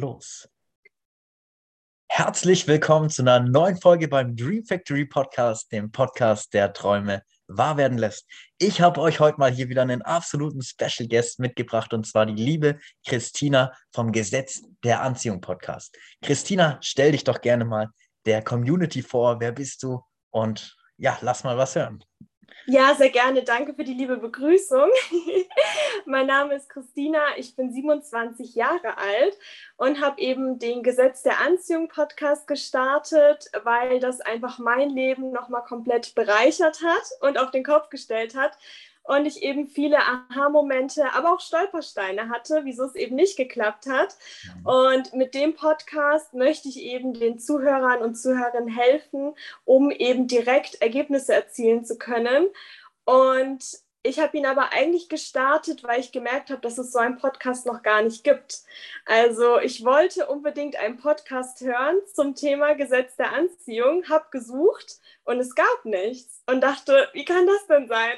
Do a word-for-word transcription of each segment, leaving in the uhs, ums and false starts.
los. Herzlich willkommen zu einer neuen Folge beim Dream Factory Podcast, dem Podcast, der Träume wahr werden lässt. Ich habe euch heute mal hier wieder einen absoluten Special Guest mitgebracht, und zwar die liebe Christina vom Gesetz der Anziehung Podcast. Christina, stell dich doch gerne mal der Community vor. Wer bist du? Und ja, lass mal was hören. Ja, sehr gerne. Danke für die liebe Begrüßung. Mein Name ist Christina, ich bin siebenundzwanzig Jahre alt und habe eben den Gesetz der Anziehung Podcast gestartet, weil das einfach mein Leben nochmal komplett bereichert hat und auf den Kopf gestellt hat. Und ich eben viele Aha-Momente, aber auch Stolpersteine hatte, wieso es eben nicht geklappt hat. Und mit dem Podcast möchte ich eben den Zuhörern und Zuhörern helfen, um eben direkt Ergebnisse erzielen zu können. Und ich habe ihn aber eigentlich gestartet, weil ich gemerkt habe, dass es so einen Podcast noch gar nicht gibt. Also ich wollte unbedingt einen Podcast hören zum Thema Gesetz der Anziehung, habe gesucht und es gab nichts und dachte, wie kann das denn sein?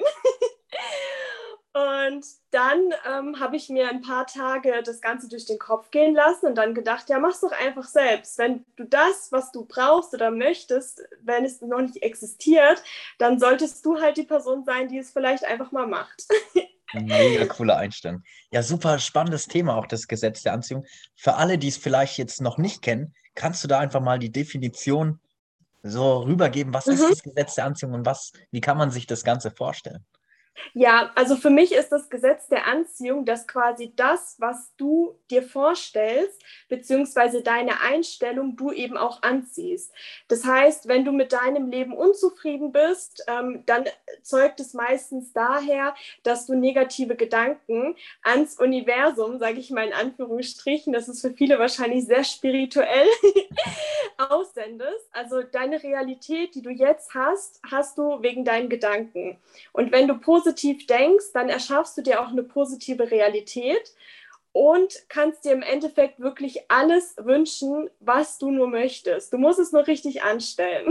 Und dann ähm, habe ich mir ein paar Tage das Ganze durch den Kopf gehen lassen und dann gedacht, ja, mach's doch einfach selbst. Wenn du das, was du brauchst oder möchtest, wenn es noch nicht existiert, dann solltest du halt die Person sein, die es vielleicht einfach mal macht. Mega coole Einstellung. Ja, super spannendes Thema, auch das Gesetz der Anziehung. Für alle, die es vielleicht jetzt noch nicht kennen, kannst du da einfach mal die Definition so rübergeben? Was ist Mhm. das Gesetz der Anziehung und was, wie kann man sich das Ganze vorstellen? Ja, also für mich ist das Gesetz der Anziehung, dass quasi das, was du dir vorstellst, beziehungsweise deine Einstellung, du eben auch anziehst. Das heißt, wenn du mit deinem Leben unzufrieden bist, ähm, dann zeugt es meistens daher, dass du negative Gedanken ans Universum, sage ich mal in Anführungsstrichen, das ist für viele wahrscheinlich sehr spirituell, aussendest. Also deine Realität, die du jetzt hast, hast du wegen deinen Gedanken. Und wenn du positiv denkst, dann erschaffst du dir auch eine positive Realität und kannst dir im Endeffekt wirklich alles wünschen, was du nur möchtest. Du musst es nur richtig anstellen.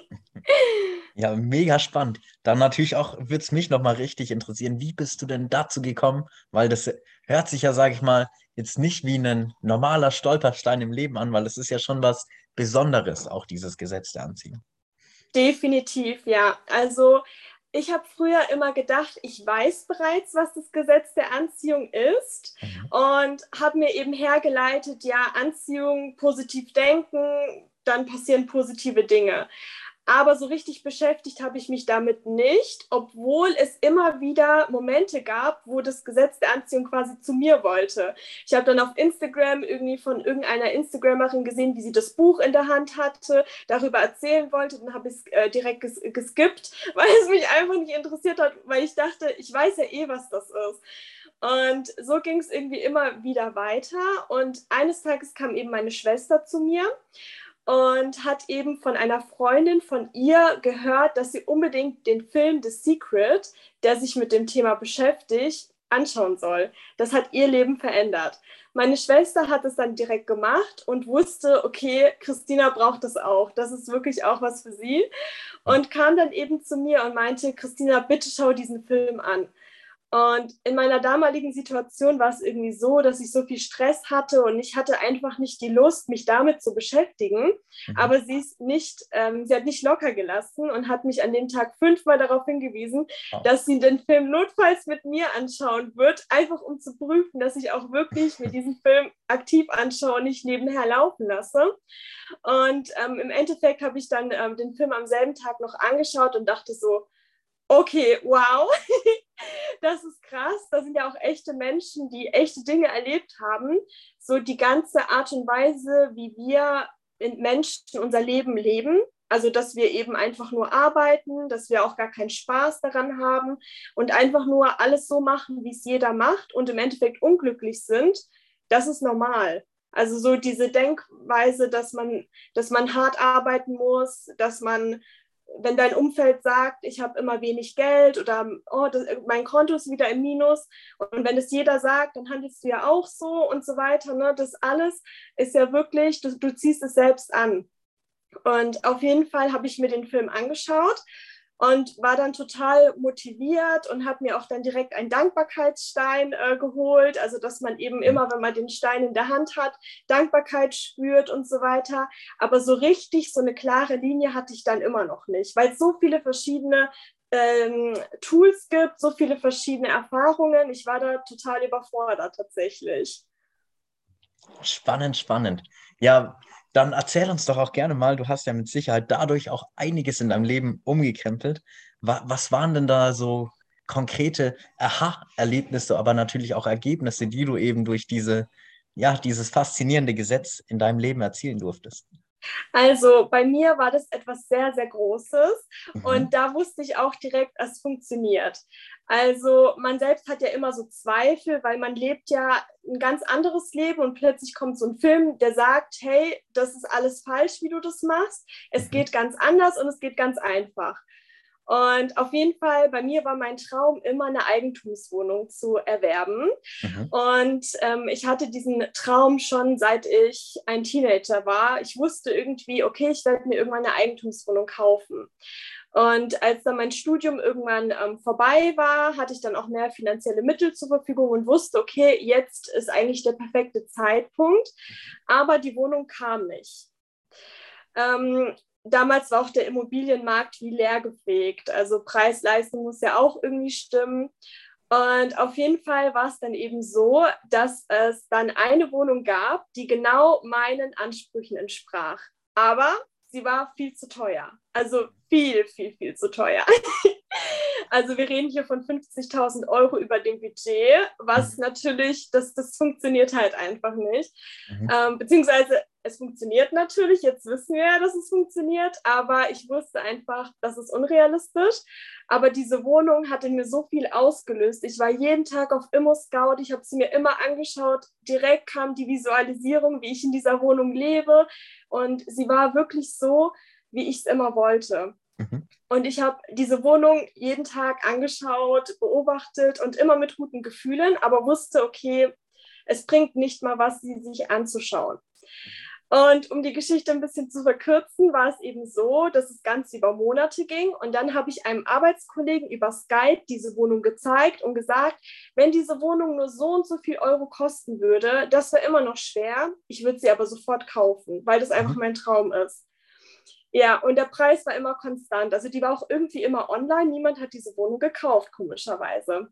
Ja, mega spannend. Dann natürlich auch, würde es mich nochmal richtig interessieren, wie bist du denn dazu gekommen? Weil das hört sich ja, sage ich mal, jetzt nicht wie ein normaler Stolperstein im Leben an, weil es ist ja schon was Besonderes, auch dieses Gesetz der Anziehung. Definitiv, ja. Also ich habe früher immer gedacht, ich weiß bereits, was das Gesetz der Anziehung ist Mhm. und habe mir eben hergeleitet, ja, Anziehung, positiv denken, dann passieren positive Dinge. Aber so richtig beschäftigt habe ich mich damit nicht, obwohl es immer wieder Momente gab, wo das Gesetz der Anziehung quasi zu mir wollte. Ich habe dann auf Instagram irgendwie von irgendeiner Instagramerin gesehen, wie sie das Buch in der Hand hatte, darüber erzählen wollte. Dann habe ich es äh, direkt ges geskippt, weil es mich einfach nicht interessiert hat, weil ich dachte, ich weiß ja eh, was das ist. Und so ging es irgendwie immer wieder weiter. Und eines Tages kam eben meine Schwester zu mir und hat eben von einer Freundin von ihr gehört, dass sie unbedingt den Film The Secret, der sich mit dem Thema beschäftigt, anschauen soll. Das hat ihr Leben verändert. Meine Schwester hat es dann direkt gemacht und wusste, okay, Christina braucht das auch. Das ist wirklich auch was für sie. Und kam dann eben zu mir und meinte, Christina, bitte schau diesen Film an. Und in meiner damaligen Situation war es irgendwie so, dass ich so viel Stress hatte und ich hatte einfach nicht die Lust, mich damit zu beschäftigen. Mhm. Aber sie ist nicht, ähm, sie hat nicht locker gelassen und hat mich an dem Tag fünfmal darauf hingewiesen, Wow. dass sie den Film notfalls mit mir anschauen wird, einfach um zu prüfen, dass ich auch wirklich mir diesen Film aktiv anschaue und nicht nebenher laufen lasse. Und ähm, im Endeffekt habe ich dann ähm, den Film am selben Tag noch angeschaut und dachte so, okay, wow, das ist krass. Da sind ja auch echte Menschen, die echte Dinge erlebt haben. So die ganze Art und Weise, wie wir in Menschen unser Leben leben. Also, dass wir eben einfach nur arbeiten, dass wir auch gar keinen Spaß daran haben und einfach nur alles so machen, wie es jeder macht und im Endeffekt unglücklich sind. Das ist normal. Also so diese Denkweise, dass man, dass man hart arbeiten muss, dass man, wenn dein Umfeld sagt, ich habe immer wenig Geld oder oh, das, mein Konto ist wieder im Minus und wenn es jeder sagt, dann handelst du ja auch so und so weiter. Ne? Das alles ist ja wirklich, du, du ziehst es selbst an. Und auf jeden Fall habe ich mir den Film angeschaut und war dann total motiviert und habe mir auch dann direkt einen Dankbarkeitsstein äh, geholt, also dass man eben Mhm. immer, wenn man den Stein in der Hand hat, Dankbarkeit spürt und so weiter. Aber so richtig, so eine klare Linie hatte ich dann immer noch nicht, weil es so viele verschiedene ähm, Tools gibt, so viele verschiedene Erfahrungen. Ich war da total überfordert tatsächlich. Spannend, spannend. Ja, dann erzähl uns doch auch gerne mal, du hast ja mit Sicherheit dadurch auch einiges in deinem Leben umgekrempelt. Wa- Was waren denn da so konkrete Aha-Erlebnisse, aber natürlich auch Ergebnisse, die du eben durch diese, ja, dieses faszinierende Gesetz in deinem Leben erzielen durftest? Also bei mir war das etwas sehr, sehr Großes und Mhm. da wusste ich auch direkt, es funktioniert. Also man selbst hat ja immer so Zweifel, weil man lebt ja ein ganz anderes Leben und plötzlich kommt so ein Film, der sagt, hey, das ist alles falsch, wie du das machst. Es Mhm. geht ganz anders und es geht ganz einfach. Und auf jeden Fall, bei mir war mein Traum immer eine Eigentumswohnung zu erwerben. Mhm. Und ähm, ich hatte diesen Traum schon seit ich ein Teenager war. Ich wusste irgendwie, okay, ich werde mir irgendwann eine Eigentumswohnung kaufen. Und als dann mein Studium irgendwann ähm, vorbei war, hatte ich dann auch mehr finanzielle Mittel zur Verfügung und wusste, okay, jetzt ist eigentlich der perfekte Zeitpunkt. Aber die Wohnung kam nicht. Ähm, Damals war auch der Immobilienmarkt wie leergefegt. Also Preis-Leistung muss ja auch irgendwie stimmen. Und auf jeden Fall war es dann eben so, dass es dann eine Wohnung gab, die genau meinen Ansprüchen entsprach. Aber sie war viel zu teuer. Also viel, viel, viel zu teuer. Also wir reden hier von fünfzigtausend Euro über dem Budget, was Mhm. natürlich, das, das funktioniert halt einfach nicht. Mhm. Ähm, beziehungsweise es funktioniert natürlich, jetzt wissen wir ja, dass es funktioniert, aber ich wusste einfach, das ist unrealistisch. Aber diese Wohnung hatte mir so viel ausgelöst. Ich war jeden Tag auf ImmoScout, ich habe sie mir immer angeschaut. Direkt kam die Visualisierung, wie ich in dieser Wohnung lebe. Und sie war wirklich so, wie ich es immer wollte. Mhm. Und ich habe diese Wohnung jeden Tag angeschaut, beobachtet und immer mit guten Gefühlen, aber wusste, okay, es bringt nicht mal was, sie sich anzuschauen. Und um die Geschichte ein bisschen zu verkürzen, war es eben so, dass es ganz über Monate ging. Und dann habe ich einem Arbeitskollegen über Skype diese Wohnung gezeigt und gesagt, wenn diese Wohnung nur so und so viel Euro kosten würde, das wäre immer noch schwer. Ich würde sie aber sofort kaufen, weil das einfach Mhm. mein Traum ist. Ja, und der Preis war immer konstant. Also die war auch irgendwie immer online. Niemand hat diese Wohnung gekauft, komischerweise.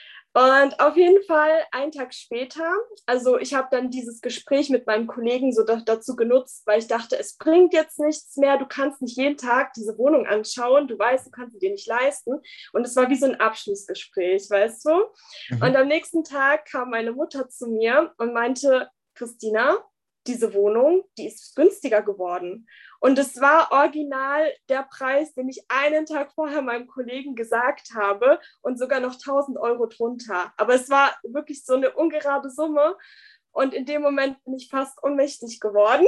Und auf jeden Fall einen Tag später, also ich habe dann dieses Gespräch mit meinem Kollegen so da, dazu genutzt, weil ich dachte, es bringt jetzt nichts mehr, du kannst nicht jeden Tag diese Wohnung anschauen, du weißt, du kannst sie dir nicht leisten. Und es war wie so ein Abschlussgespräch, weißt du? Und Mhm. am nächsten Tag kam meine Mutter zu mir und meinte, Christina, diese Wohnung, die ist günstiger geworden. Und es war original der Preis, den ich einen Tag vorher meinem Kollegen gesagt habe und sogar noch tausend Euro drunter. Aber es war wirklich so eine ungerade Summe. Und in dem Moment bin ich fast ohnmächtig geworden.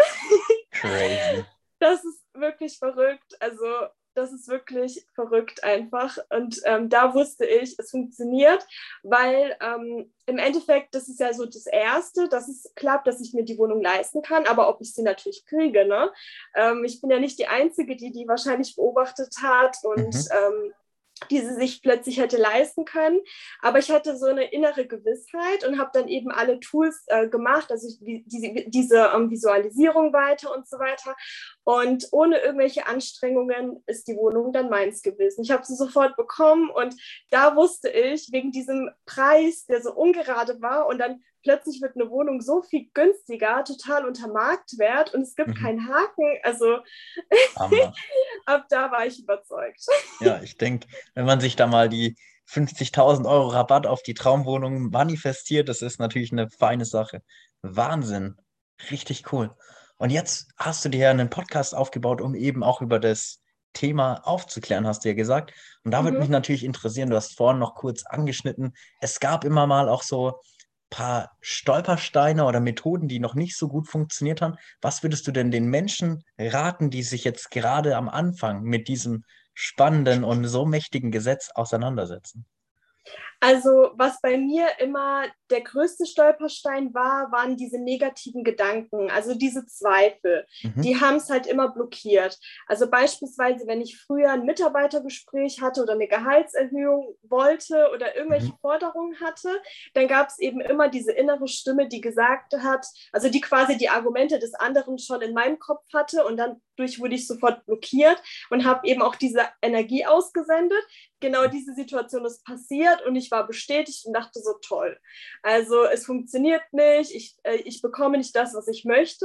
Crazy. Das ist wirklich verrückt. Also das ist wirklich verrückt einfach. Und ähm, da wusste ich, es funktioniert, weil ähm, im Endeffekt, das ist ja so das Erste, dass es klappt, dass ich mir die Wohnung leisten kann, aber ob ich sie natürlich kriege, ne? Ähm, ich bin ja nicht die Einzige, die die wahrscheinlich beobachtet hat und Mhm. ähm, die sie sich plötzlich hätte leisten können. Aber ich hatte so eine innere Gewissheit und habe dann eben alle Tools äh, gemacht, also ich, diese, diese ähm, Visualisierung weiter und so weiter. Und ohne irgendwelche Anstrengungen ist die Wohnung dann meins gewesen. Ich habe sie sofort bekommen und da wusste ich, wegen diesem Preis, der so ungerade war und dann plötzlich wird eine Wohnung so viel günstiger, total unter Marktwert und es gibt Mhm. keinen Haken. Also Hammer. ab da war ich überzeugt. Ja, ich denke, wenn man sich da mal die fünfzigtausend Euro Rabatt auf die Traumwohnung manifestiert, das ist natürlich eine feine Sache. Wahnsinn. Richtig cool. Und jetzt hast du dir ja einen Podcast aufgebaut, um eben auch über das Thema aufzuklären, hast du ja gesagt. Und da würde mich Mhm. natürlich interessieren, du hast vorhin noch kurz angeschnitten, es gab immer mal auch so paar Stolpersteine oder Methoden, die noch nicht so gut funktioniert haben. Was würdest du denn den Menschen raten, die sich jetzt gerade am Anfang mit diesem spannenden und so mächtigen Gesetz auseinandersetzen? Also was bei mir immer der größte Stolperstein war, waren diese negativen Gedanken, also diese Zweifel. Mhm. Die haben es halt immer blockiert. Also beispielsweise, wenn ich früher ein Mitarbeitergespräch hatte oder eine Gehaltserhöhung wollte oder irgendwelche Mhm. Forderungen hatte, dann gab es eben immer diese innere Stimme, die gesagt hat, also die quasi die Argumente des anderen schon in meinem Kopf hatte und dann durch wurde ich sofort blockiert und habe eben auch diese Energie ausgesendet. Genau diese Situation ist passiert und ich war bestätigt und dachte so, toll. Also es funktioniert nicht, ich, äh, ich bekomme nicht das, was ich möchte.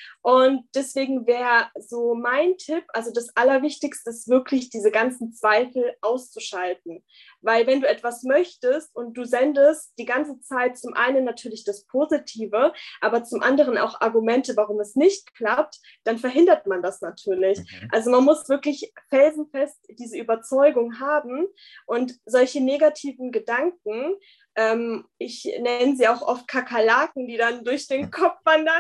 Und deswegen wäre so mein Tipp, also das Allerwichtigste ist wirklich, diese ganzen Zweifel auszuschalten. Weil wenn du etwas möchtest und du sendest die ganze Zeit zum einen natürlich das Positive, aber zum anderen auch Argumente, warum es nicht klappt, dann verhindert man das natürlich. Mhm. Also man muss wirklich felsenfest diese Überzeugung haben und solche negativen Gedanken, ähm, ich nenne sie auch oft Kakerlaken, die dann durch den Kopf wandern,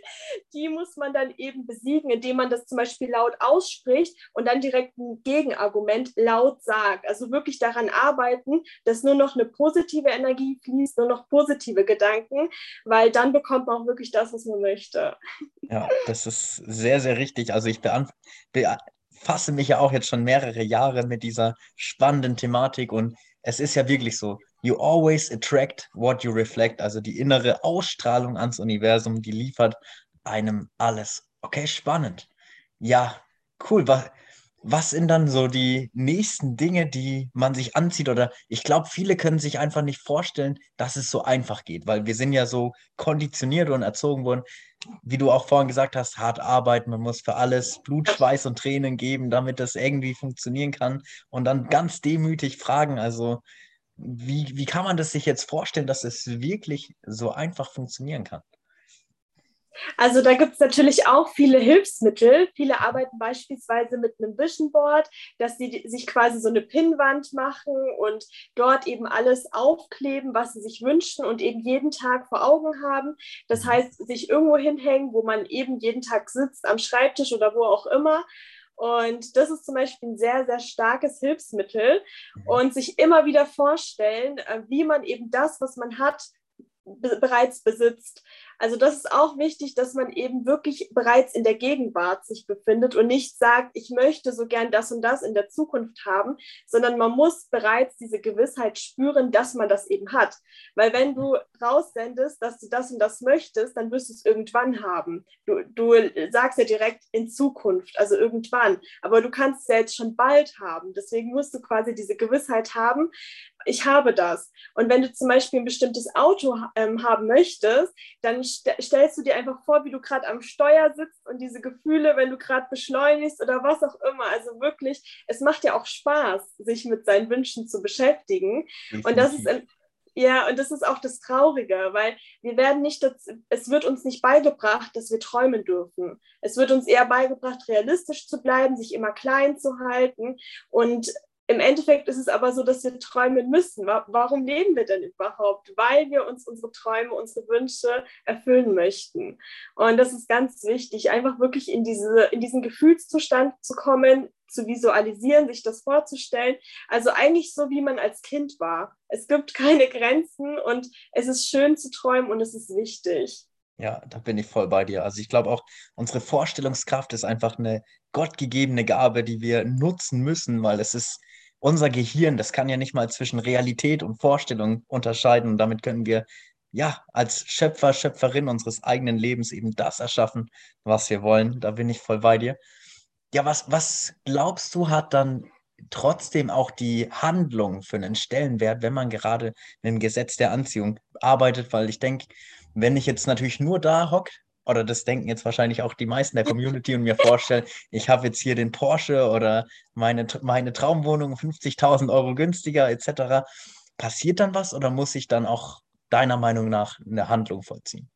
die muss man dann eben besiegen, indem man das zum Beispiel laut ausspricht und dann direkt ein Gegenargument laut sagt. Also wirklich daran arbeiten, dass nur noch eine positive Energie fließt, nur noch positive Gedanken, weil dann bekommt man auch wirklich das, was man möchte. Ja, das ist sehr, sehr richtig. Also ich beant- befasse mich ja auch jetzt schon mehrere Jahre mit dieser spannenden Thematik und es ist ja wirklich so, you always attract what you reflect. Also die innere Ausstrahlung ans Universum, die liefert einem alles. Okay, spannend. Ja, cool. Was, was sind dann so die nächsten Dinge, die man sich anzieht? Oder ich glaube, viele können sich einfach nicht vorstellen, dass es so einfach geht, weil wir sind ja so konditioniert und erzogen worden, wie du auch vorhin gesagt hast, hart arbeiten, man muss für alles Blut, Schweiß und Tränen geben, damit das irgendwie funktionieren kann und dann ganz demütig fragen, also wie, wie kann man das sich jetzt vorstellen, dass es wirklich so einfach funktionieren kann? Also da gibt es natürlich auch viele Hilfsmittel. Viele arbeiten beispielsweise mit einem Vision Board, dass sie sich quasi so eine Pinnwand machen und dort eben alles aufkleben, was sie sich wünschen und eben jeden Tag vor Augen haben. Das Mhm. heißt, sich irgendwo hinhängen, wo man eben jeden Tag sitzt, am Schreibtisch oder wo auch immer. Und das ist zum Beispiel ein sehr, sehr starkes Hilfsmittel. Mhm. Und sich immer wieder vorstellen, äh, wie man eben das, was man hat, be- bereits besitzt. Also das ist auch wichtig, dass man eben wirklich bereits in der Gegenwart sich befindet und nicht sagt, ich möchte so gern das und das in der Zukunft haben, sondern man muss bereits diese Gewissheit spüren, dass man das eben hat. Weil wenn du raussendest, dass du das und das möchtest, dann wirst du es irgendwann haben. Du, du sagst ja direkt in Zukunft, also irgendwann. Aber du kannst es ja jetzt schon bald haben. Deswegen musst du quasi diese Gewissheit haben, ich habe das. Und wenn du zum Beispiel ein bestimmtes Auto ähm, haben möchtest, dann st- stellst du dir einfach vor, wie du gerade am Steuer sitzt und diese Gefühle, wenn du gerade beschleunigst oder was auch immer. Also wirklich, es macht ja auch Spaß, sich mit seinen Wünschen zu beschäftigen. Und das ist Definitiv. ein ja, und das ist auch das Traurige, weil wir werden nicht, dazu, es wird uns nicht beigebracht, dass wir träumen dürfen. Es wird uns eher beigebracht, realistisch zu bleiben, sich immer klein zu halten. Und im Endeffekt ist es aber so, dass wir träumen müssen. Warum leben wir denn überhaupt? Weil wir uns unsere Träume, unsere Wünsche erfüllen möchten. Und das ist ganz wichtig, einfach wirklich in, diese, in diesen Gefühlszustand zu kommen, zu visualisieren, sich das vorzustellen. Also eigentlich so, wie man als Kind war. Es gibt keine Grenzen und es ist schön zu träumen und es ist wichtig. Ja, da bin ich voll bei dir. Also ich glaube auch, unsere Vorstellungskraft ist einfach eine gottgegebene Gabe, die wir nutzen müssen, weil es ist unser Gehirn, das kann ja nicht mal zwischen Realität und Vorstellung unterscheiden. Und damit können wir ja als Schöpfer, Schöpferin unseres eigenen Lebens eben das erschaffen, was wir wollen. Da bin ich voll bei dir. Ja, was, was glaubst du, hat dann trotzdem auch die Handlung für einen Stellenwert, wenn man gerade mit dem Gesetz der Anziehung arbeitet? Weil ich denke, wenn ich jetzt natürlich nur da hocke, oder das denken jetzt wahrscheinlich auch die meisten der Community und mir vorstellen, ich habe jetzt hier den Porsche oder meine, meine Traumwohnung fünfzigtausend Euro günstiger et cetera. Passiert dann was oder muss ich dann auch deiner Meinung nach eine Handlung vollziehen?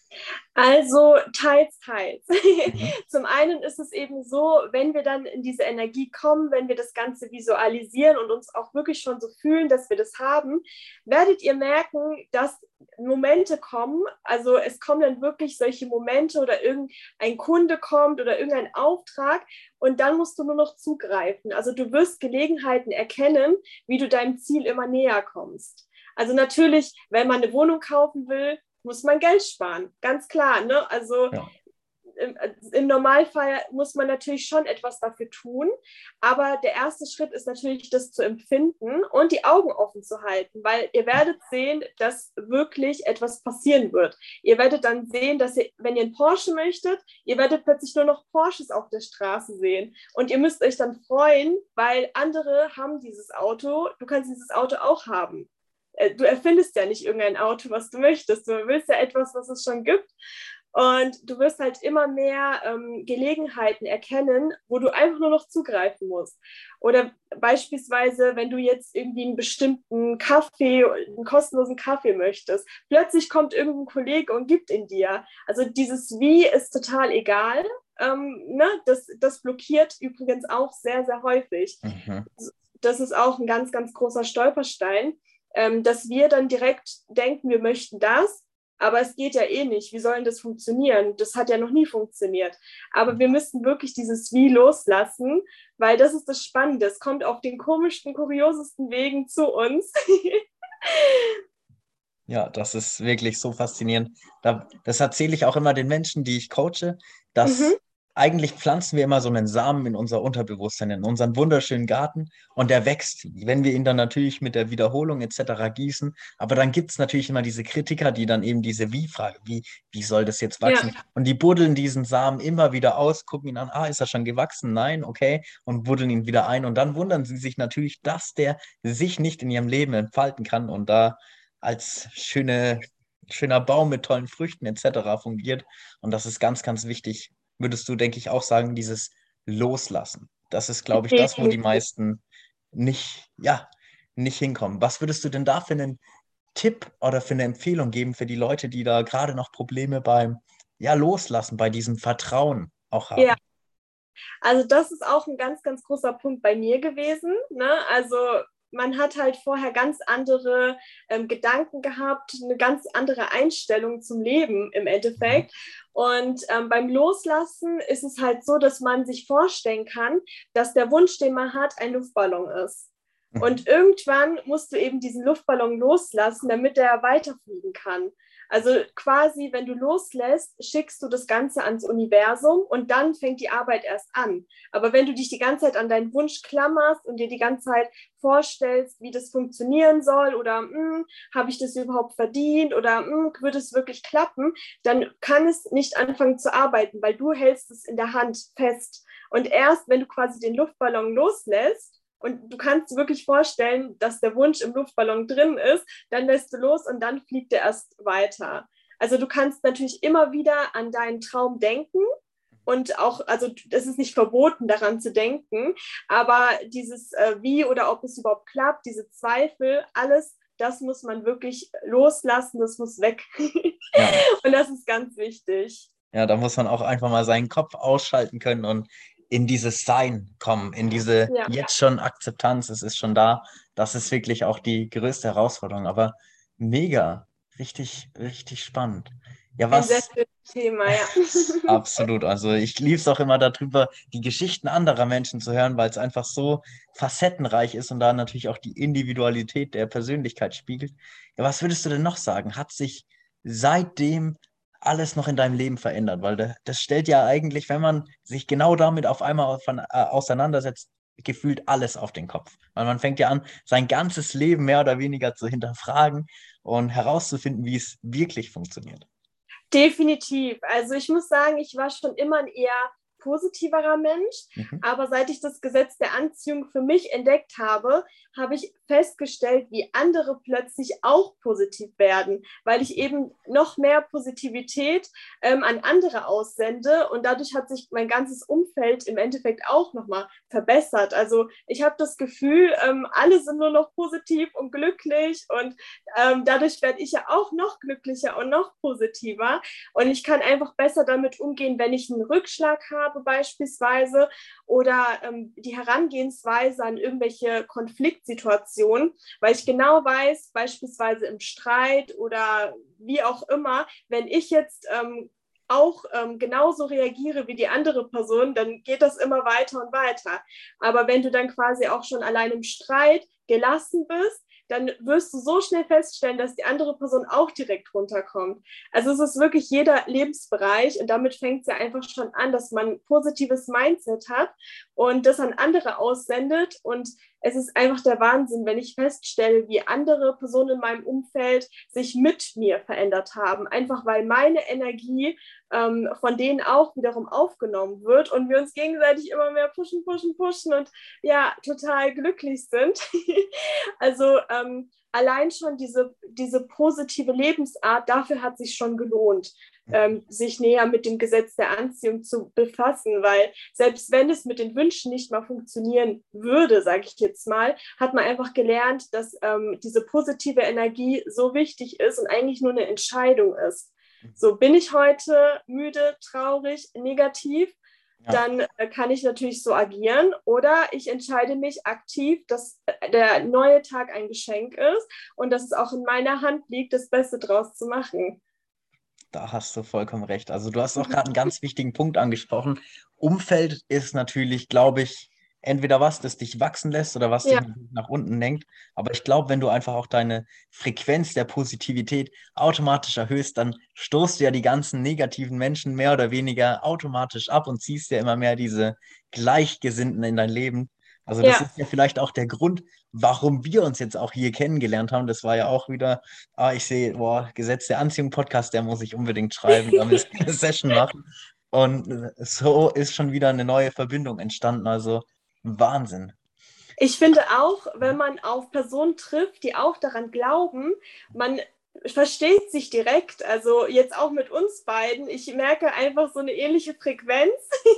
Also teils, teils. Mhm. Zum einen ist es eben so, wenn wir dann in diese Energie kommen, wenn wir das Ganze visualisieren und uns auch wirklich schon so fühlen, dass wir das haben, werdet ihr merken, dass Momente kommen, also es kommen dann wirklich solche Momente oder irgendein Kunde kommt oder irgendein Auftrag und dann musst du nur noch zugreifen. Also du wirst Gelegenheiten erkennen, wie du deinem Ziel immer näher kommst. Also natürlich, wenn man eine Wohnung kaufen will, muss man Geld sparen, ganz klar. Ne? Also Ja. im, im Normalfall muss man natürlich schon etwas dafür tun, aber der erste Schritt ist natürlich, das zu empfinden und die Augen offen zu halten, weil ihr werdet sehen, dass wirklich etwas passieren wird. Ihr werdet dann sehen, dass ihr, wenn ihr einen Porsche möchtet, ihr werdet plötzlich nur noch Porsches auf der Straße sehen und ihr müsst euch dann freuen, weil andere haben dieses Auto, du kannst dieses Auto auch haben. Du erfindest ja nicht irgendein Auto, was du möchtest, du willst ja etwas, was es schon gibt. Und du wirst halt immer mehr ähm, Gelegenheiten erkennen, wo du einfach nur noch zugreifen musst. Oder beispielsweise, wenn du jetzt irgendwie einen bestimmten Kaffee, einen kostenlosen Kaffee möchtest, plötzlich kommt irgendein Kollege und gibt ihn dir. Also dieses Wie ist total egal. Ähm, ne? das, das blockiert übrigens auch sehr, sehr häufig. Mhm. Das ist auch ein ganz, ganz großer Stolperstein, ähm, dass wir dann direkt denken, wir möchten das. Aber es geht ja eh nicht. Wie soll denn das funktionieren? Das hat ja noch nie funktioniert. Aber wir müssen wirklich dieses Wie loslassen, weil das ist das Spannende. Es kommt auf den komischsten, kuriosesten Wegen zu uns. Ja, das ist wirklich so faszinierend. Da, das erzähle ich auch immer den Menschen, die ich coache, dass Mhm. eigentlich pflanzen wir immer so einen Samen in unser Unterbewusstsein, in unseren wunderschönen Garten und der wächst, wenn wir ihn dann natürlich mit der Wiederholung et cetera gießen. Aber dann gibt es natürlich immer diese Kritiker, die dann eben diese Wie-Frage, wie, wie soll das jetzt wachsen? Ja. Und die buddeln diesen Samen immer wieder aus, gucken ihn an, ah, ist er schon gewachsen? Nein, okay, und buddeln ihn wieder ein. Und dann wundern sie sich natürlich, dass der sich nicht in ihrem Leben entfalten kann und da als schöne, schöner Baum mit tollen Früchten et cetera fungiert. Und das ist ganz, ganz wichtig, würdest du, denke ich, auch sagen, dieses Loslassen. Das ist, glaube ich, das, wo die Definitiv. meisten nicht, ja, nicht hinkommen. Was würdest du denn da für einen Tipp oder für eine Empfehlung geben für die Leute, die da gerade noch Probleme beim, ja, Loslassen, bei diesem Vertrauen auch Ja, haben? also das ist auch ein ganz, ganz großer Punkt bei mir gewesen. Ne? Also man hat halt vorher ganz andere ähm, Gedanken gehabt, eine ganz andere Einstellung zum Leben im Mhm. Endeffekt. Und ähm, beim Loslassen ist es halt so, dass man sich vorstellen kann, dass der Wunsch, den man hat, ein Luftballon ist. Und Mhm. irgendwann musst du eben diesen Luftballon loslassen, damit er weiterfliegen kann. Also quasi, wenn du loslässt, schickst du das Ganze ans Universum und dann fängt die Arbeit erst an. Aber wenn du dich die ganze Zeit an deinen Wunsch klammerst und dir die ganze Zeit vorstellst, wie das funktionieren soll oder habe ich das überhaupt verdient oder würde es wirklich klappen, dann kann es nicht anfangen zu arbeiten, weil du hältst es in der Hand fest. Und erst, wenn du quasi den Luftballon loslässt, und du kannst dir wirklich vorstellen, dass der Wunsch im Luftballon drin ist, dann lässt du los und dann fliegt er erst weiter. Also du kannst natürlich immer wieder an deinen Traum denken und auch, also es ist nicht verboten, daran zu denken, aber dieses äh, Wie oder ob es überhaupt klappt, diese Zweifel, alles, das muss man wirklich loslassen, das muss weg. Ja. Und das ist ganz wichtig. Ja, da muss man auch einfach mal seinen Kopf ausschalten können und in dieses Sein kommen, in diese Ja, jetzt schon Akzeptanz, es ist schon da. Das ist wirklich auch die größte Herausforderung, aber mega, richtig, richtig spannend. Ja, ein sehr was schönes Thema, ja. absolut. Also ich liebe es auch immer darüber, die Geschichten anderer Menschen zu hören, weil es einfach so facettenreich ist und da natürlich auch die Individualität der Persönlichkeit spiegelt. Ja, was würdest du denn noch sagen? Hat sich seitdem alles noch in deinem Leben verändert? Weil da- das stellt ja eigentlich, wenn man sich genau damit auf einmal von, äh, auseinandersetzt, gefühlt alles auf den Kopf. Weil man fängt ja an, sein ganzes Leben mehr oder weniger zu hinterfragen und herauszufinden, wie es wirklich funktioniert. Definitiv. Also ich muss sagen, ich war schon immer ein eher positiverer Mensch, Mhm. aber seit ich das Gesetz der Anziehung für mich entdeckt habe, habe ich festgestellt, wie andere plötzlich auch positiv werden, weil ich eben noch mehr Positivität ähm, an andere aussende und dadurch hat sich mein ganzes Umfeld im Endeffekt auch nochmal verbessert. Also ich habe das Gefühl, ähm, alle sind nur noch positiv und glücklich und ähm, dadurch werde ich ja auch noch glücklicher und noch positiver. Und ich kann einfach besser damit umgehen, wenn ich einen Rückschlag habe beispielsweise oder ähm, die Herangehensweise an irgendwelche Konfliktsituationen, weil ich genau weiß, beispielsweise im Streit oder wie auch immer, wenn ich jetzt ähm, auch ähm, genauso reagiere wie die andere Person, dann geht das immer weiter und weiter. Aber wenn du dann quasi auch schon allein im Streit gelassen bist, dann wirst du so schnell feststellen, dass die andere Person auch direkt runterkommt. Also es ist wirklich jeder Lebensbereich und damit fängt es ja einfach schon an, dass man ein positives Mindset hat und das an andere aussendet und es ist einfach der Wahnsinn, wenn ich feststelle, wie andere Personen in meinem Umfeld sich mit mir verändert haben, einfach weil meine Energie ähm, von denen auch wiederum aufgenommen wird und wir uns gegenseitig immer mehr pushen, pushen, pushen und ja, total glücklich sind. Also ähm, allein schon diese, diese positive Lebensart, dafür hat sich schon gelohnt, ähm, sich näher mit dem Gesetz der Anziehung zu befassen, weil selbst wenn es mit den Wünschen nicht mal funktionieren würde, sage ich jetzt mal, hat man einfach gelernt, dass ähm, diese positive Energie so wichtig ist und eigentlich nur eine Entscheidung ist. So, bin ich heute müde, traurig, negativ, Ja. dann äh, kann ich natürlich so agieren oder ich entscheide mich aktiv, dass äh, der neue Tag ein Geschenk ist und dass es auch in meiner Hand liegt, das Beste draus zu machen. Da hast du vollkommen recht. Also du hast auch gerade einen ganz wichtigen Punkt angesprochen. Umfeld ist natürlich, glaube ich, entweder was, das dich wachsen lässt oder was Ja. dich nach unten lenkt. Aber ich glaube, wenn du einfach auch deine Frequenz der Positivität automatisch erhöhst, dann stoßt du ja die ganzen negativen Menschen mehr oder weniger automatisch ab und ziehst ja immer mehr diese Gleichgesinnten in dein Leben. Also das Ja. ist ja vielleicht auch der Grund, warum wir uns jetzt auch hier kennengelernt haben. Das war ja auch wieder, ah, ich sehe, boah, Gesetz der Anziehung Podcast, der muss ich unbedingt schreiben, da müssen wir eine Session machen. Und so ist schon wieder eine neue Verbindung entstanden. Also Wahnsinn. Ich finde auch, wenn man auf Personen trifft, die auch daran glauben, man versteht sich direkt, also jetzt auch mit uns beiden, ich merke einfach so eine ähnliche Frequenz.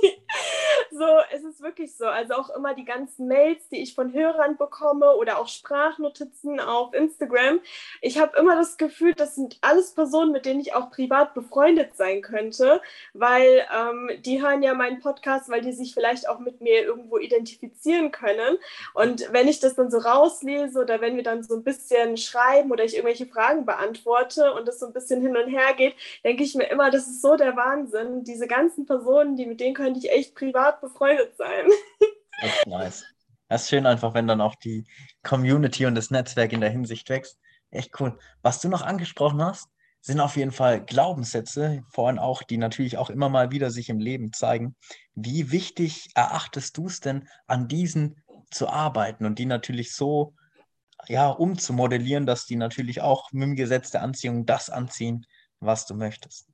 So, es ist wirklich so. Also auch immer die ganzen Mails, die ich von Hörern bekomme oder auch Sprachnotizen auf Instagram. Ich habe immer das Gefühl, das sind alles Personen, mit denen ich auch privat befreundet sein könnte, weil ähm, die hören ja meinen Podcast, weil die sich vielleicht auch mit mir irgendwo identifizieren können. Und wenn ich das dann so rauslese oder wenn wir dann so ein bisschen schreiben oder ich irgendwelche Fragen beantworte und das so ein bisschen hin und her geht, denke ich mir immer, das ist so der Wahnsinn. Diese ganzen Personen, die mit denen könnte ich echt privat befreundet sein. Das ist nice. Das ist schön einfach, wenn dann auch die Community und das Netzwerk in der Hinsicht wächst. Echt cool. Was du noch angesprochen hast, sind auf jeden Fall Glaubenssätze, vorhin auch, die natürlich auch immer mal wieder sich im Leben zeigen. Wie wichtig erachtest du es denn, an diesen zu arbeiten und die natürlich so, ja, umzumodellieren, dass die natürlich auch mit dem Gesetz der Anziehung das anziehen, was du möchtest?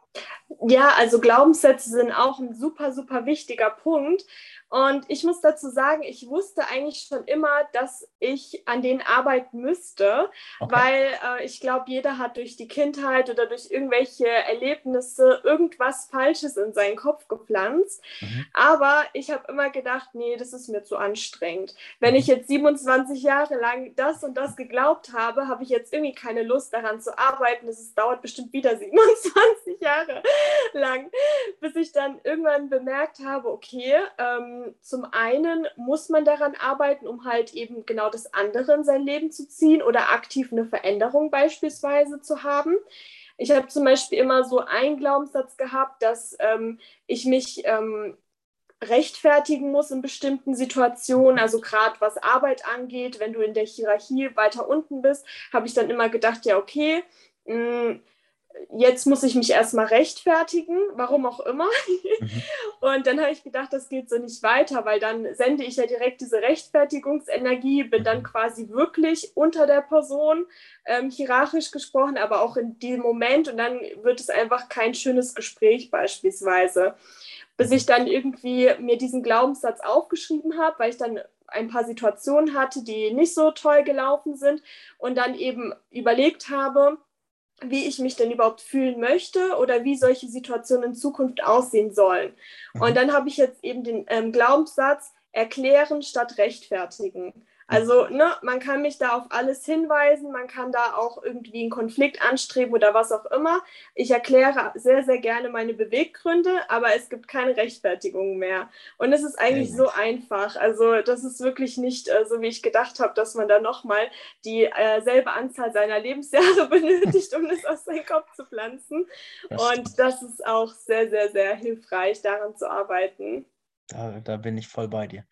Ja, also Glaubenssätze sind auch ein super, super wichtiger Punkt. Und ich muss dazu sagen, ich wusste eigentlich schon immer, dass ich an denen arbeiten müsste, Okay. weil äh, ich glaube, jeder hat durch die Kindheit oder durch irgendwelche Erlebnisse irgendwas Falsches in seinen Kopf gepflanzt. Mhm. Aber ich habe immer gedacht, nee, das ist mir zu anstrengend. Wenn Mhm. ich jetzt siebenundzwanzig Jahre lang das und das geglaubt habe, habe ich jetzt irgendwie keine Lust daran zu arbeiten. Das ist, dauert bestimmt wieder siebenundzwanzig Jahre lang, bis ich dann irgendwann bemerkt habe, okay, ähm, zum einen muss man daran arbeiten, um halt eben genau das andere in sein Leben zu ziehen oder aktiv eine Veränderung beispielsweise zu haben. Ich habe zum Beispiel immer so einen Glaubenssatz gehabt, dass ähm, ich mich ähm, rechtfertigen muss in bestimmten Situationen, also gerade was Arbeit angeht, wenn du in der Hierarchie weiter unten bist, habe ich dann immer gedacht, ja, okay, mh, jetzt muss ich mich erstmal rechtfertigen, warum auch immer. Mhm. Und dann habe ich gedacht, das geht so nicht weiter, weil dann sende ich ja direkt diese Rechtfertigungsenergie, bin dann Mhm. quasi wirklich unter der Person, ähm, hierarchisch gesprochen, aber auch in dem Moment und dann wird es einfach kein schönes Gespräch beispielsweise. Bis ich dann irgendwie mir diesen Glaubenssatz aufgeschrieben habe, weil ich dann ein paar Situationen hatte, die nicht so toll gelaufen sind und dann eben überlegt habe, wie ich mich denn überhaupt fühlen möchte oder wie solche Situationen in Zukunft aussehen sollen. Und Mhm. dann habe ich jetzt eben den ähm, Glaubenssatz erklären statt rechtfertigen. Mhm. Also ne, man kann mich da auf alles hinweisen, man kann da auch irgendwie einen Konflikt anstreben oder was auch immer. Ich erkläre sehr, sehr gerne meine Beweggründe, aber es gibt keine Rechtfertigung mehr. Und es ist eigentlich so einfach. Also das ist wirklich nicht äh, so, wie ich gedacht habe, dass man da nochmal dieselbe äh, Anzahl seiner Lebensjahre benötigt, um das aus seinem Kopf zu pflanzen. Das stimmt. Und das ist auch sehr, sehr, sehr hilfreich, daran zu arbeiten. Da, da bin ich voll bei dir.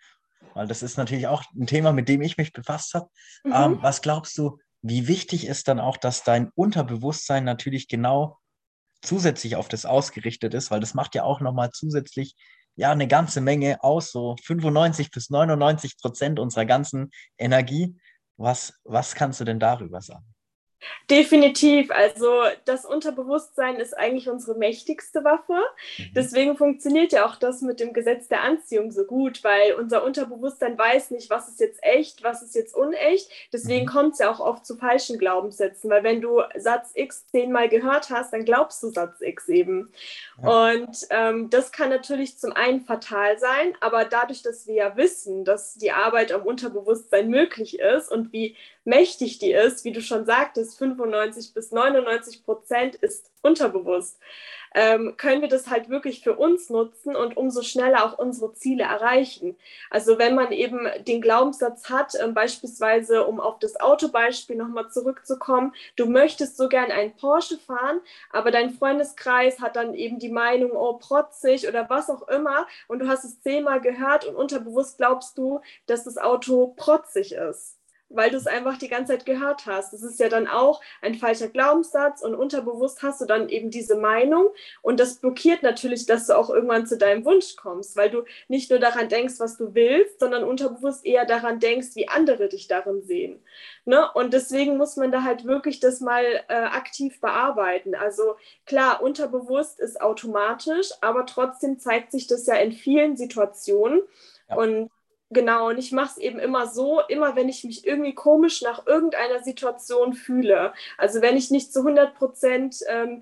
weil das ist natürlich auch ein Thema, mit dem ich mich befasst habe. Ähm, Mhm. was glaubst du, wie wichtig ist dann auch, dass dein Unterbewusstsein natürlich genau zusätzlich auf das ausgerichtet ist, weil das macht ja auch nochmal zusätzlich ja eine ganze Menge aus, so fünfundneunzig bis neunundneunzig Prozent unserer ganzen Energie. Was, was kannst du denn darüber sagen? Definitiv. Also das Unterbewusstsein ist eigentlich unsere mächtigste Waffe. Mhm. Deswegen funktioniert ja auch das mit dem Gesetz der Anziehung so gut, weil unser Unterbewusstsein weiß nicht, was ist jetzt echt, was ist jetzt unecht. Deswegen Mhm. kommt es ja auch oft zu falschen Glaubenssätzen, weil wenn du Satz X zehnmal gehört hast, dann glaubst du Satz X eben. Ja. Und ähm, das kann natürlich zum einen fatal sein, aber dadurch, dass wir ja wissen, dass die Arbeit am Unterbewusstsein möglich ist und wie mächtig die ist, wie du schon sagtest, fünfundneunzig bis neunundneunzig Prozent ist unterbewusst, ähm, können wir das halt wirklich für uns nutzen und umso schneller auch unsere Ziele erreichen. Also wenn man eben den Glaubenssatz hat, ähm, beispielsweise, um auf das Autobeispiel nochmal zurückzukommen, du möchtest so gern einen Porsche fahren, aber dein Freundeskreis hat dann eben die Meinung, oh, protzig oder was auch immer, und du hast es zehnmal gehört und unterbewusst glaubst du, dass das Auto protzig ist, weil du es einfach die ganze Zeit gehört hast. Das ist ja dann auch ein falscher Glaubenssatz und unterbewusst hast du dann eben diese Meinung und das blockiert natürlich, dass du auch irgendwann zu deinem Wunsch kommst, weil du nicht nur daran denkst, was du willst, sondern unterbewusst eher daran denkst, wie andere dich darin sehen. Ne? Und deswegen muss man da halt wirklich das mal äh, aktiv bearbeiten. Also klar, unterbewusst ist automatisch, aber trotzdem zeigt sich das ja in vielen Situationen. Ja. Und genau, und ich mache es eben immer so, immer wenn ich mich irgendwie komisch nach irgendeiner Situation fühle. Also wenn ich nicht zu hundert Prozent ähm,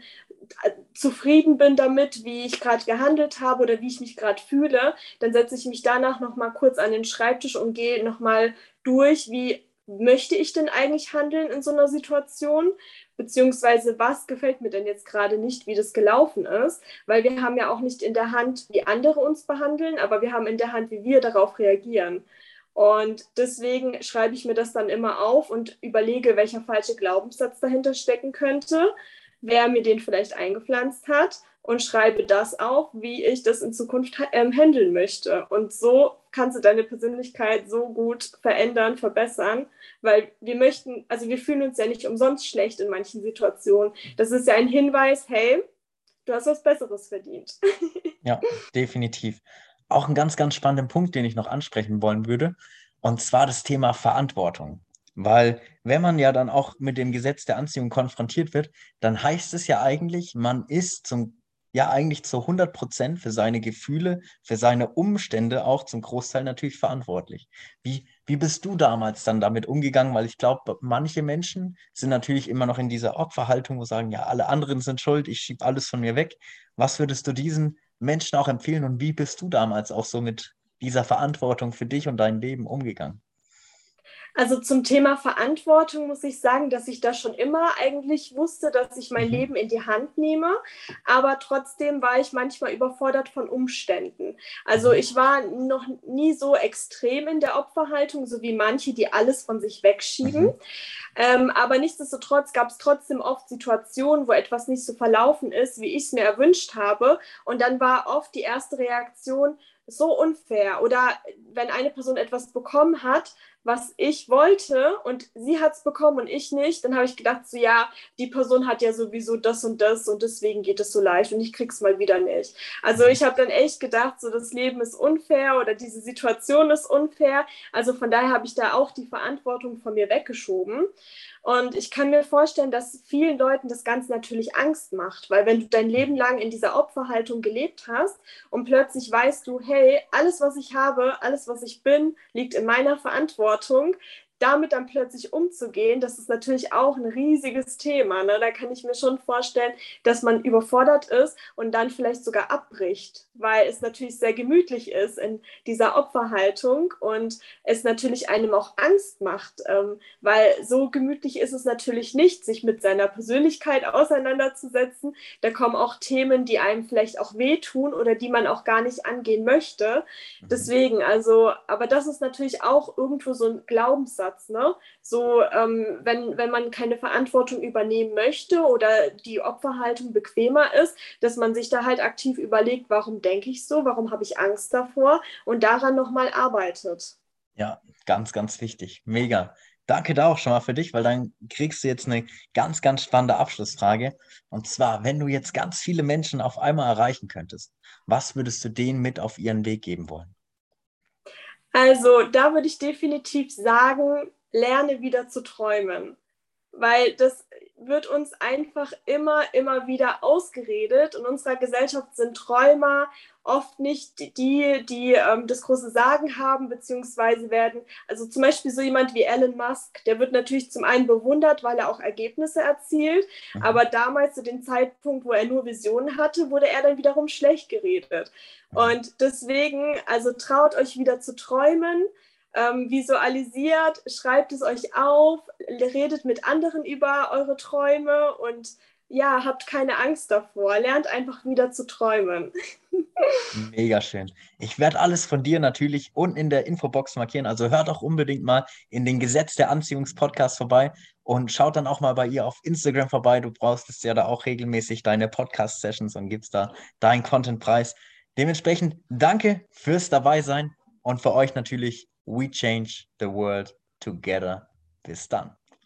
zufrieden bin damit, wie ich gerade gehandelt habe oder wie ich mich gerade fühle, dann setze ich mich danach nochmal kurz an den Schreibtisch und gehe nochmal durch, wie möchte ich denn eigentlich handeln in so einer Situation, beziehungsweise was gefällt mir denn jetzt gerade nicht, wie das gelaufen ist, weil wir haben ja auch nicht in der Hand, wie andere uns behandeln, aber wir haben in der Hand, wie wir darauf reagieren. Und deswegen schreibe ich mir das dann immer auf und überlege, welcher falsche Glaubenssatz dahinter stecken könnte, wer mir den vielleicht eingepflanzt hat und schreibe das auf, wie ich das in Zukunft ähm, handeln möchte. Und so kannst du deine Persönlichkeit so gut verändern, verbessern, weil wir möchten, also wir fühlen uns ja nicht umsonst schlecht in manchen Situationen. Das ist ja ein Hinweis, hey, du hast was Besseres verdient. Ja, definitiv. Auch ein ganz, ganz spannender Punkt, den ich noch ansprechen wollen würde, und zwar das Thema Verantwortung. Weil wenn man ja dann auch mit dem Gesetz der Anziehung konfrontiert wird, dann heißt es ja eigentlich, man ist zum, ja eigentlich zu hundert Prozent für seine Gefühle, für seine Umstände auch zum Großteil natürlich verantwortlich. Wie, wie bist du damals dann damit umgegangen? Weil ich glaube, manche Menschen sind natürlich immer noch in dieser Opferhaltung, wo sagen, ja, alle anderen sind schuld, ich schiebe alles von mir weg. Was würdest du diesen Menschen auch empfehlen und wie bist du damals auch so mit dieser Verantwortung für dich und dein Leben umgegangen? Also zum Thema Verantwortung muss ich sagen, dass ich da schon immer eigentlich wusste, dass ich mein Mhm. Leben in die Hand nehme, aber trotzdem war ich manchmal überfordert von Umständen. Also Mhm. ich war noch nie so extrem in der Opferhaltung, so wie manche, die alles von sich wegschieben. Mhm. Ähm, aber nichtsdestotrotz gab es trotzdem oft Situationen, wo etwas nicht so verlaufen ist, wie ich es mir erwünscht habe. Und dann war oft die erste Reaktion so unfair. Oder wenn eine Person etwas bekommen hat, was ich wollte und sie hat es bekommen und ich nicht, dann habe ich gedacht, so ja, die Person hat ja sowieso das und das und deswegen geht es so leicht und ich krieg's mal wieder nicht. Also Mhm. ich habe dann echt gedacht, so das Leben ist unfair oder diese Situation ist unfair. Also von daher habe ich da auch die Verantwortung von mir weggeschoben. Und ich kann mir vorstellen, dass vielen Leuten das Ganze natürlich Angst macht, weil wenn du dein Leben lang in dieser Opferhaltung gelebt hast und plötzlich weißt du, hey, alles, was ich habe, alles, was ich bin, liegt in meiner Verantwortung, damit dann plötzlich umzugehen, das ist natürlich auch ein riesiges Thema. Ne? Da kann ich mir schon vorstellen, dass man überfordert ist und dann vielleicht sogar abbricht, weil es natürlich sehr gemütlich ist in dieser Opferhaltung und es natürlich einem auch Angst macht, ähm, weil so gemütlich ist es natürlich nicht, sich mit seiner Persönlichkeit auseinanderzusetzen. Da kommen auch Themen, die einem vielleicht auch wehtun oder die man auch gar nicht angehen möchte. Mhm. Deswegen, also, aber das ist natürlich auch irgendwo so ein Glaubenssatz, Glaubenssatz, ne? So, ähm, wenn, wenn man keine Verantwortung übernehmen möchte oder die Opferhaltung bequemer ist, dass man sich da halt aktiv überlegt, warum denke ich so, warum habe ich Angst davor und daran nochmal arbeitet. Ja, ganz, ganz wichtig. Mega. Danke da auch schon mal für dich, weil dann kriegst du jetzt eine ganz, ganz spannende Abschlussfrage. Und zwar, wenn du jetzt ganz viele Menschen auf einmal erreichen könntest, was würdest du denen mit auf ihren Weg geben wollen? Also, da würde ich definitiv sagen, lerne wieder zu träumen, weil das wird uns einfach immer, immer wieder ausgeredet. In unserer Gesellschaft sind Träumer oft nicht die, die ähm, das große Sagen haben, beziehungsweise werden, also zum Beispiel so jemand wie Elon Musk, der wird natürlich zum einen bewundert, weil er auch Ergebnisse erzielt, Mhm. aber damals zu dem Zeitpunkt, wo er nur Visionen hatte, wurde er dann wiederum schlecht geredet. Mhm. Und deswegen, also traut euch wieder zu träumen, ähm, visualisiert, schreibt es euch auf, redet mit anderen über eure Träume und ja, habt keine Angst davor. Lernt einfach wieder zu träumen. Mega schön. Ich werde alles von dir natürlich unten in der Infobox markieren. Also hört auch unbedingt mal in den Gesetz der Anziehungs-Podcast vorbei und schaut dann auch mal bei ihr auf Instagram vorbei. Du brauchst es ja da auch regelmäßig deine Podcast-Sessions und gibst da deinen Content preis. Dementsprechend danke fürs Dabeisein und für euch natürlich We change the world together. Bis dann.